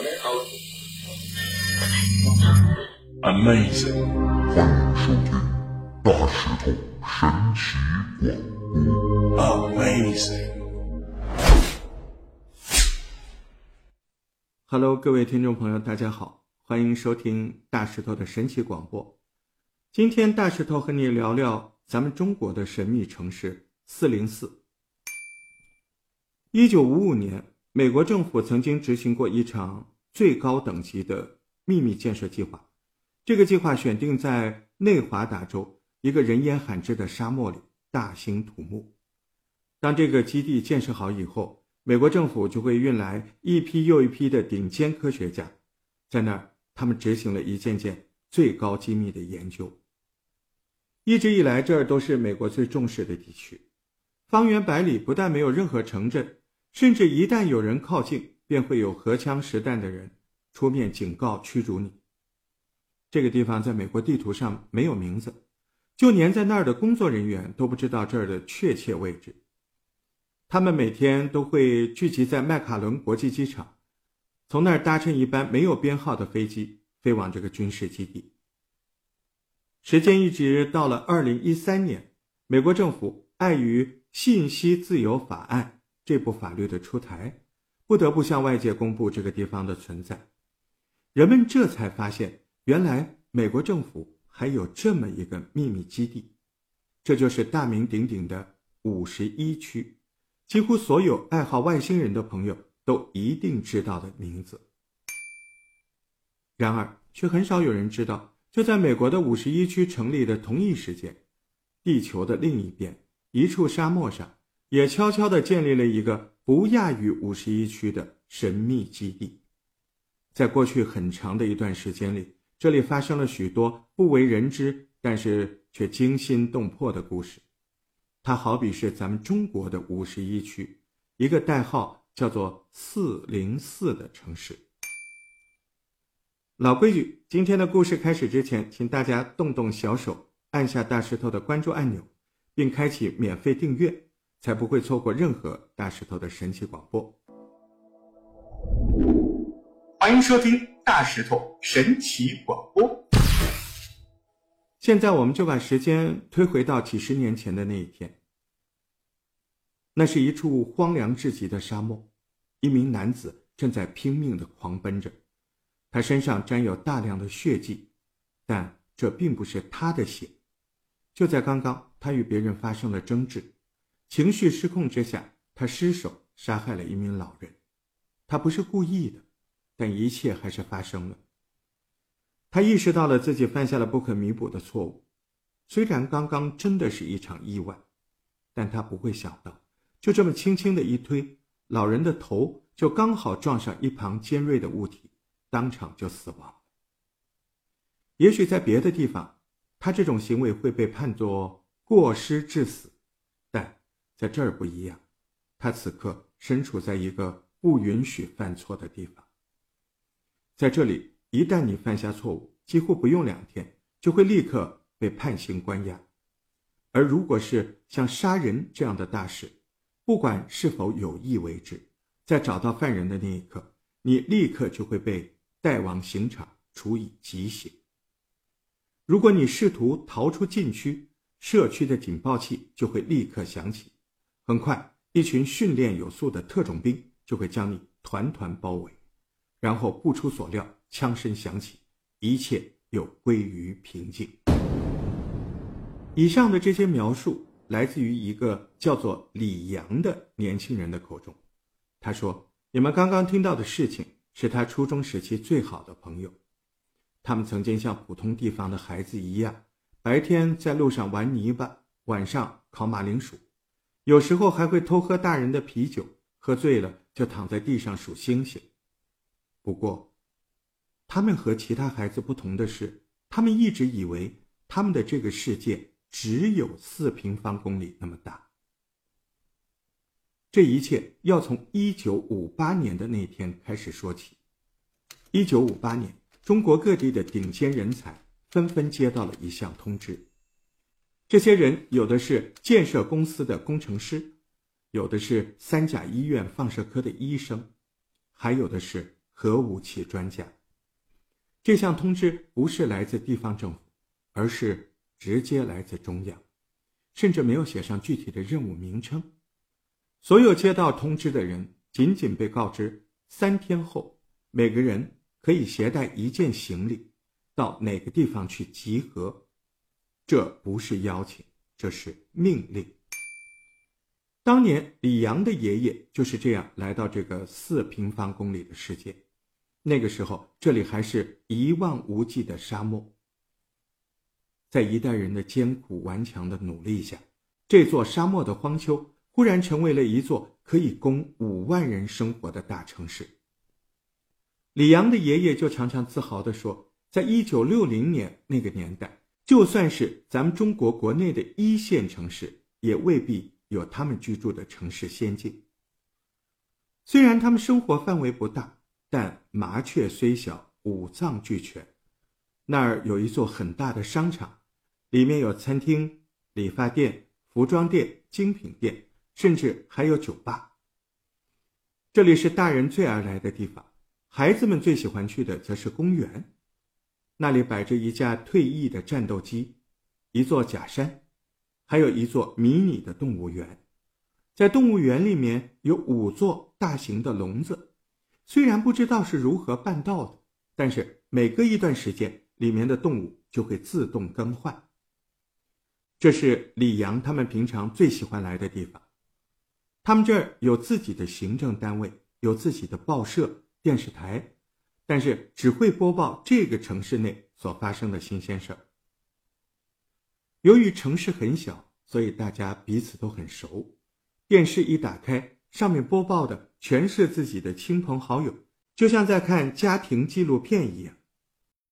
Amazing， 欢迎收听大石头神奇广播。 Amazing。Hello， 各位听众朋友，大家好，欢迎收听大石头的神奇广播。今天大石头和你聊聊咱们中国的神秘城市404。1955年，美国政府曾经执行过一场最高等级的秘密建设计划。这个计划选定在内华达州一个人烟罕至的沙漠里大兴土木。当这个基地建设好以后，美国政府就会运来一批又一批的顶尖科学家，在那儿他们执行了一件件最高机密的研究。一直以来，这儿都是美国最重视的地区，方圆百里不但没有任何城镇，甚至一旦有人靠近，便会有荷枪实弹的人出面警告驱逐你。这个地方在美国地图上没有名字，就连在那儿的工作人员都不知道这儿的确切位置。他们每天都会聚集在麦卡伦国际机场，从那儿搭乘一班没有编号的飞机飞往这个军事基地。时间一直到了2013年，美国政府碍于信息自由法案这部法律的出台，不得不向外界公布这个地方的存在。人们这才发现，原来美国政府还有这么一个秘密基地，这就是大名鼎鼎的51区，几乎所有爱好外星人的朋友都一定知道的名字。然而，却很少有人知道，就在美国的51区成立的同一时间，地球的另一边，一处沙漠上，也悄悄地建立了一个不亚于51区的神秘基地。在过去很长的一段时间里，这里发生了许多不为人知，但是却惊心动魄的故事。它好比是咱们中国的51区，一个代号叫做404的城市。老规矩，今天的故事开始之前，请大家动动小手，按下大石头的关注按钮，并开启免费订阅，才不会错过任何大石头的神奇广播。欢迎收听大石头神奇广播。现在我们就把时间推回到几十年前的那一天。那是一处荒凉至极的沙漠，一名男子正在拼命地狂奔着，他身上沾有大量的血迹，但这并不是他的血。就在刚刚，他与别人发生了争执，情绪失控之下，他失手杀害了一名老人。他不是故意的，但一切还是发生了。他意识到了自己犯下了不可弥补的错误，虽然刚刚真的是一场意外，但他不会想到，就这么轻轻的一推，老人的头就刚好撞上一旁尖锐的物体，当场就死亡了。也许在别的地方，他这种行为会被判作过失致死，但在这儿不一样，他此刻身处在一个不允许犯错的地方。在这里，一旦你犯下错误，几乎不用2天就会立刻被判刑关押。而如果是像杀人这样的大事，不管是否有意为之，在找到犯人的那一刻，你立刻就会被带往刑场处以极刑。如果你试图逃出禁区，社区的警报器就会立刻响起，很快一群训练有素的特种兵就会将你团团包围，然后不出所料，枪声响起，一切又归于平静。以上的这些描述来自于一个叫做李阳的年轻人的口中。他说，你们刚刚听到的事情是他初中时期最好的朋友。他们曾经像普通地方的孩子一样，白天在路上玩泥巴，晚上烤马铃薯，有时候还会偷喝大人的啤酒，喝醉了就躺在地上数星星。不过，他们和其他孩子不同的是，他们一直以为他们的这个世界只有4平方公里那么大。这一切要从1958年的那天开始说起。1958年，中国各地的顶尖人才纷纷接到了一项通知。这些人有的是建设公司的工程师，有的是3甲医院放射科的医生，还有的是核武器专家。这项通知不是来自地方政府，而是直接来自中央，甚至没有写上具体的任务名称。所有接到通知的人仅仅被告知3天后每个人可以携带1件行李到哪个地方去集合。这不是邀请，这是命令。当年李阳的爷爷就是这样来到这个4平方公里的世界。那个时候这里还是一望无际的沙漠。在一代人的艰苦顽强的努力下，这座沙漠的荒丘忽然成为了一座可以供5万人生活的大城市。李阳的爷爷就常常自豪地说，在1960年那个年代，就算是咱们中国国内的1线城市，也未必有他们居住的城市先进。虽然他们生活范围不大，但麻雀虽小，五脏俱全。那儿有一座很大的商场，里面有餐厅、理发店、服装店、精品店，甚至还有酒吧。这里是大人最爱来的地方，孩子们最喜欢去的则是公园。那里摆着一架退役的战斗机，一座假山，还有一座迷你的动物园。在动物园里面有5座大型的笼子，虽然不知道是如何办到的，但是每隔一段时间里面的动物就会自动更换。这是李阳他们平常最喜欢来的地方。他们这儿有自己的行政单位，有自己的报社、电视台，但是只会播报这个城市内所发生的新鲜事儿。由于城市很小，所以大家彼此都很熟。电视一打开，上面播报的全是自己的亲朋好友，就像在看家庭纪录片一样。